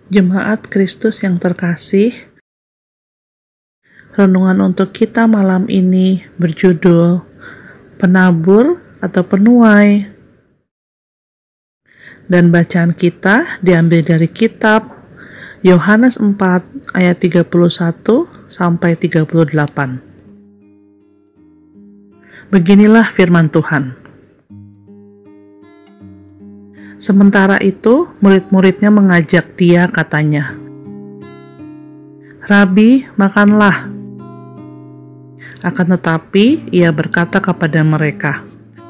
Jemaat Kristus yang terkasih, renungan untuk kita malam ini berjudul Penabur atau Penuai. Dan bacaan kita diambil dari kitab Yohanes 4 ayat 31 sampai 38. Beginilah firman Tuhan. Sementara itu, murid-muridnya mengajak dia, katanya, "Rabi, makanlah." Akan tetapi, ia berkata kepada mereka,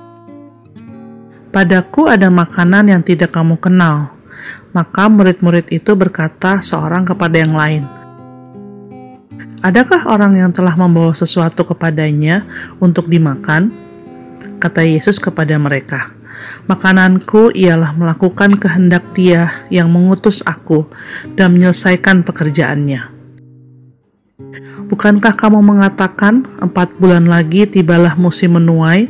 "Padaku ada makanan yang tidak kamu kenal." Maka murid-murid itu berkata seorang kepada yang lain, "Adakah orang yang telah membawa sesuatu kepadanya untuk dimakan?" Kata Yesus kepada mereka, "Makananku ialah melakukan kehendak Dia yang mengutus aku dan menyelesaikan pekerjaannya. Bukankah kamu mengatakan 4 bulan lagi tibalah musim menuai?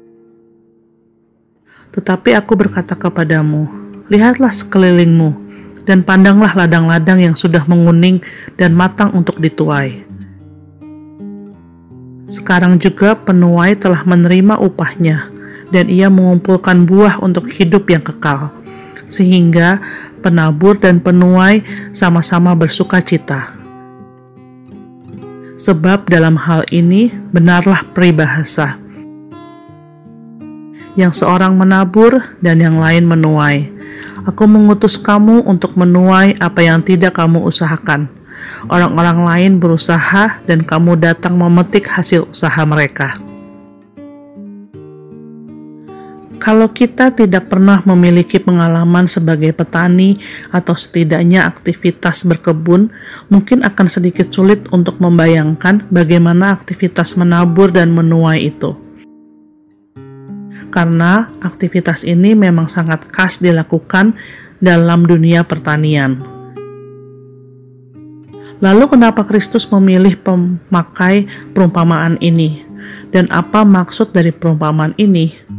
Tetapi aku berkata kepadamu, lihatlah sekelilingmu dan pandanglah ladang-ladang yang sudah menguning dan matang untuk dituai. Sekarang juga penuai telah menerima upahnya, dan ia mengumpulkan buah untuk hidup yang kekal, sehingga penabur dan penuai sama-sama bersuka cita. Sebab dalam hal ini benarlah peribahasa, yang seorang menabur dan yang lain menuai. Aku mengutus kamu untuk menuai apa yang tidak kamu usahakan. Orang-orang lain berusaha dan kamu datang memetik hasil usaha mereka." Kalau kita tidak pernah memiliki pengalaman sebagai petani atau setidaknya aktivitas berkebun, mungkin akan sedikit sulit untuk membayangkan bagaimana aktivitas menabur dan menuai itu. Karena aktivitas ini memang sangat khas dilakukan dalam dunia pertanian. Lalu kenapa Kristus memilih pemakai perumpamaan ini? Dan apa maksud dari perumpamaan ini?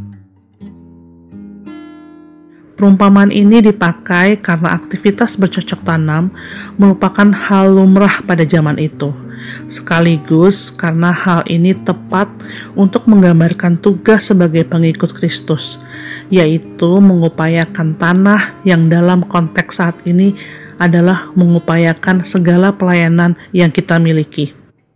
Perumpamaan ini dipakai karena aktivitas bercocok tanam merupakan hal lumrah pada zaman itu, sekaligus karena hal ini tepat untuk menggambarkan tugas sebagai pengikut Kristus, yaitu mengupayakan tanah yang dalam konteks saat ini adalah mengupayakan segala pelayanan yang kita miliki.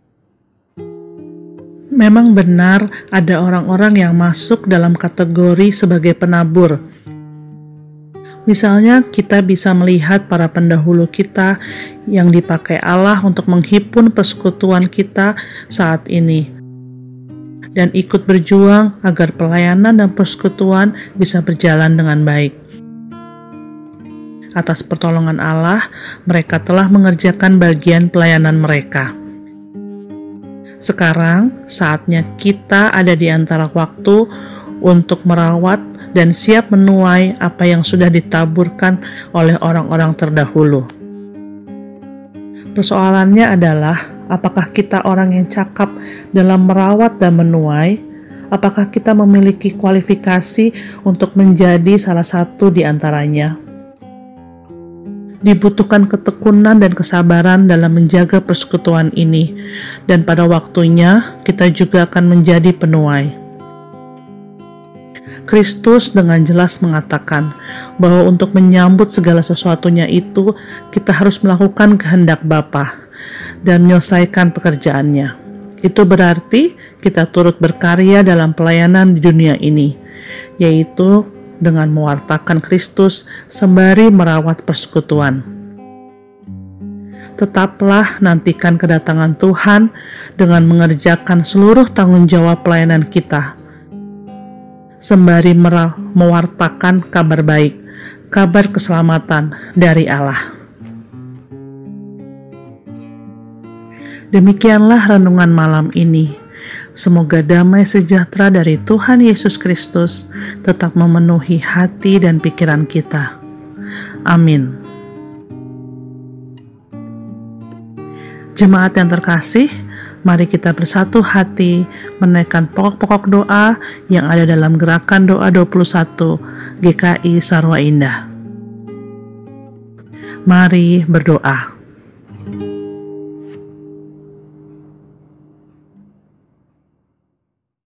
Memang benar ada orang-orang yang masuk dalam kategori sebagai penabur. Misalnya, kita bisa melihat para pendahulu kita yang dipakai Allah untuk menghimpun persekutuan kita saat ini dan ikut berjuang agar pelayanan dan persekutuan bisa berjalan dengan baik. Atas pertolongan Allah, mereka telah mengerjakan bagian pelayanan mereka. Sekarang, saatnya kita ada di antara waktu untuk merawat dan siap menuai apa yang sudah ditaburkan oleh orang-orang terdahulu. Persoalannya adalah, apakah kita orang yang cakap dalam merawat dan menuai? Apakah kita memiliki kualifikasi untuk menjadi salah satu di antaranya? Dibutuhkan ketekunan dan kesabaran dalam menjaga persekutuan ini, dan pada waktunya kita juga akan menjadi penuai. Kristus dengan jelas mengatakan bahwa untuk menyambut segala sesuatunya itu, kita harus melakukan kehendak Bapa dan menyelesaikan pekerjaannya. Itu berarti kita turut berkarya dalam pelayanan di dunia ini, yaitu dengan mewartakan Kristus sembari merawat persekutuan. Tetaplah nantikan kedatangan Tuhan dengan mengerjakan seluruh tanggung jawab pelayanan kita, sembari mewartakan kabar baik, kabar keselamatan dari Allah. Demikianlah renungan malam ini. Semoga damai sejahtera dari Tuhan Yesus Kristus tetap memenuhi hati dan pikiran kita. Amin. Jemaat yang terkasih, mari kita bersatu hati menaikkan pokok-pokok doa yang ada dalam Gerakan Doa 21 GKI Sarwa Indah. Mari berdoa.